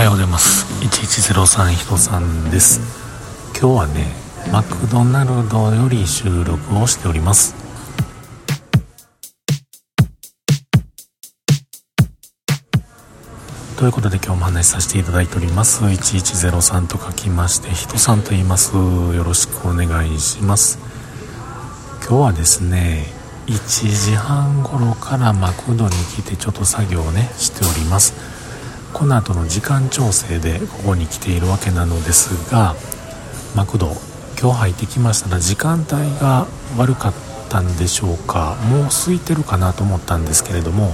ようございます。1103人さんです。今日はね、マクドナルドより収録をしております。ということで今日も話しさせていただいております。1103と書きまして人さんと言います。よろしくお願いします。今日はですね、1時半頃からマクドに来てちょっと作業をねしております。この後の時間調整でここに来ているわけなのですが、マクド今日入ってきましたら時間帯が悪かったんでしょうか、もう空いてるかなと思ったんですけれども、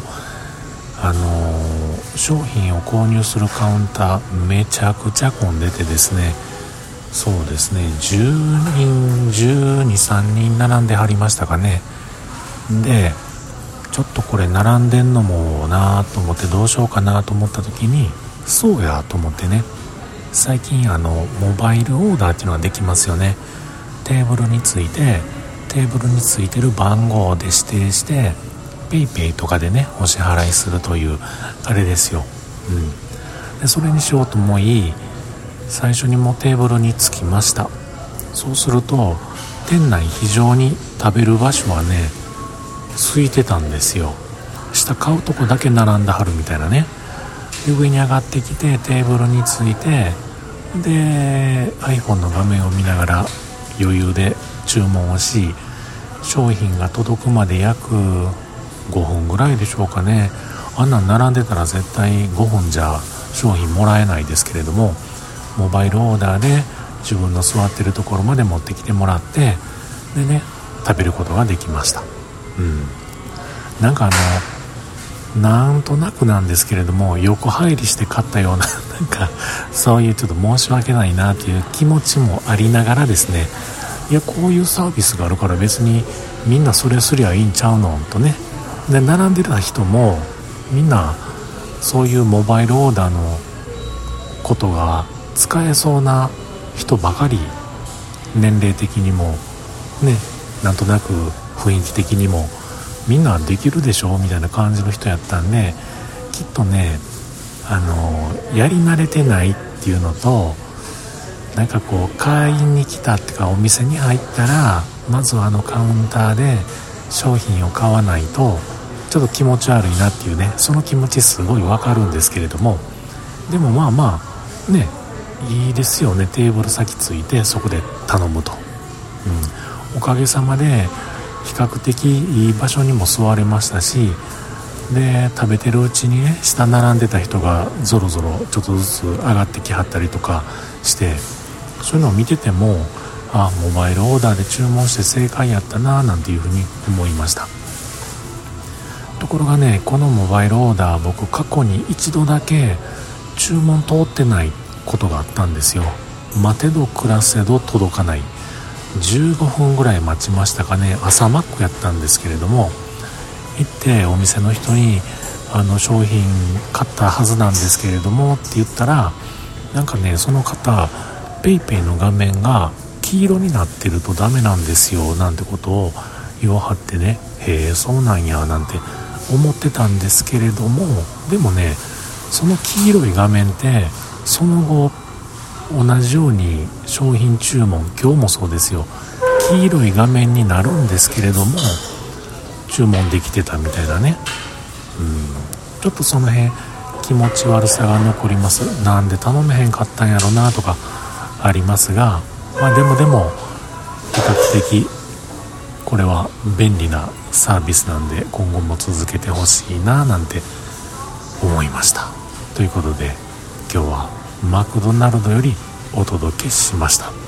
商品を購入するカウンターめちゃくちゃ混んでてですね、そうですね、10人12、3人並んではりましたかね。でちょっとこれ並んでんのもなと思ってどうしようかなと思った時に、そうやと思ってね、最近モバイルオーダーっていうのができますよね。テーブルについてる番号で指定してペイペイとかでねお支払いするというあれですよ。でそれにしようと思い、最初にもうテーブルに着きました。そうすると店内非常に食べる場所はね空いてたんですよ。下買うとこだけ並んではるみたいなね。で上に上がってきてテーブルについて、で iPhone の画面を見ながら余裕で注文をし、商品が届くまで約5分ぐらいでしょうかね。あんなん並んでたら絶対5分じゃ商品もらえないですけれども、モバイルオーダーで自分の座ってるところまで持ってきてもらって、でね食べることができました。なんかなんとなくなんですけれども、横入りして買ったようななんかそういうちょっと申し訳ないなという気持ちもありながらですね、いやこういうサービスがあるから別にみんなそれすりゃいいんちゃうのとね。で並んでた人もみんなそういうモバイルオーダーのことが使えそうな人ばかり、年齢的にもね、なんとなく雰囲気的にもみんなできるでしょみたいな感じの人やったんで、きっとねやり慣れてないっていうのと、なんかこう会員に来たってかお店に入ったらまずはカウンターで商品を買わないとちょっと気持ち悪いなっていうね、その気持ちすごいわかるんですけれども、でもまあねいいですよね。テーブル先ついてそこで頼むと、おかげさまで比較的いい場所にも座れましたし、で食べてるうちにね下並んでた人がぞろぞろちょっとずつ上がってきはったりとかして、そういうのを見ててもモバイルオーダーで注文して正解やったななんていうふうに思いました。ところがね、このモバイルオーダー僕過去に一度だけ注文通ってないことがあったんですよ。待てど暮らせど届かない、15分ぐらい待ちましたかね。朝マックやったんですけれども、行ってお店の人に商品買ったはずなんですけれどもって言ったら、なんかねその方ペイペイの画面が黄色になってるとダメなんですよなんてことを言わはってね、へえそうなんやなんて思ってたんですけれども、でもねその黄色い画面ってその後同じように商品注文、今日もそうですよ、黄色い画面になるんですけれども注文できてたみたいなね。ちょっとその辺気持ち悪さが残ります。なんで頼めへんかったんやろなとかありますが、でも比較的これは便利なサービスなんで今後も続けてほしいななんて思いました。ということで今日はマクドナルドよりお届けしました。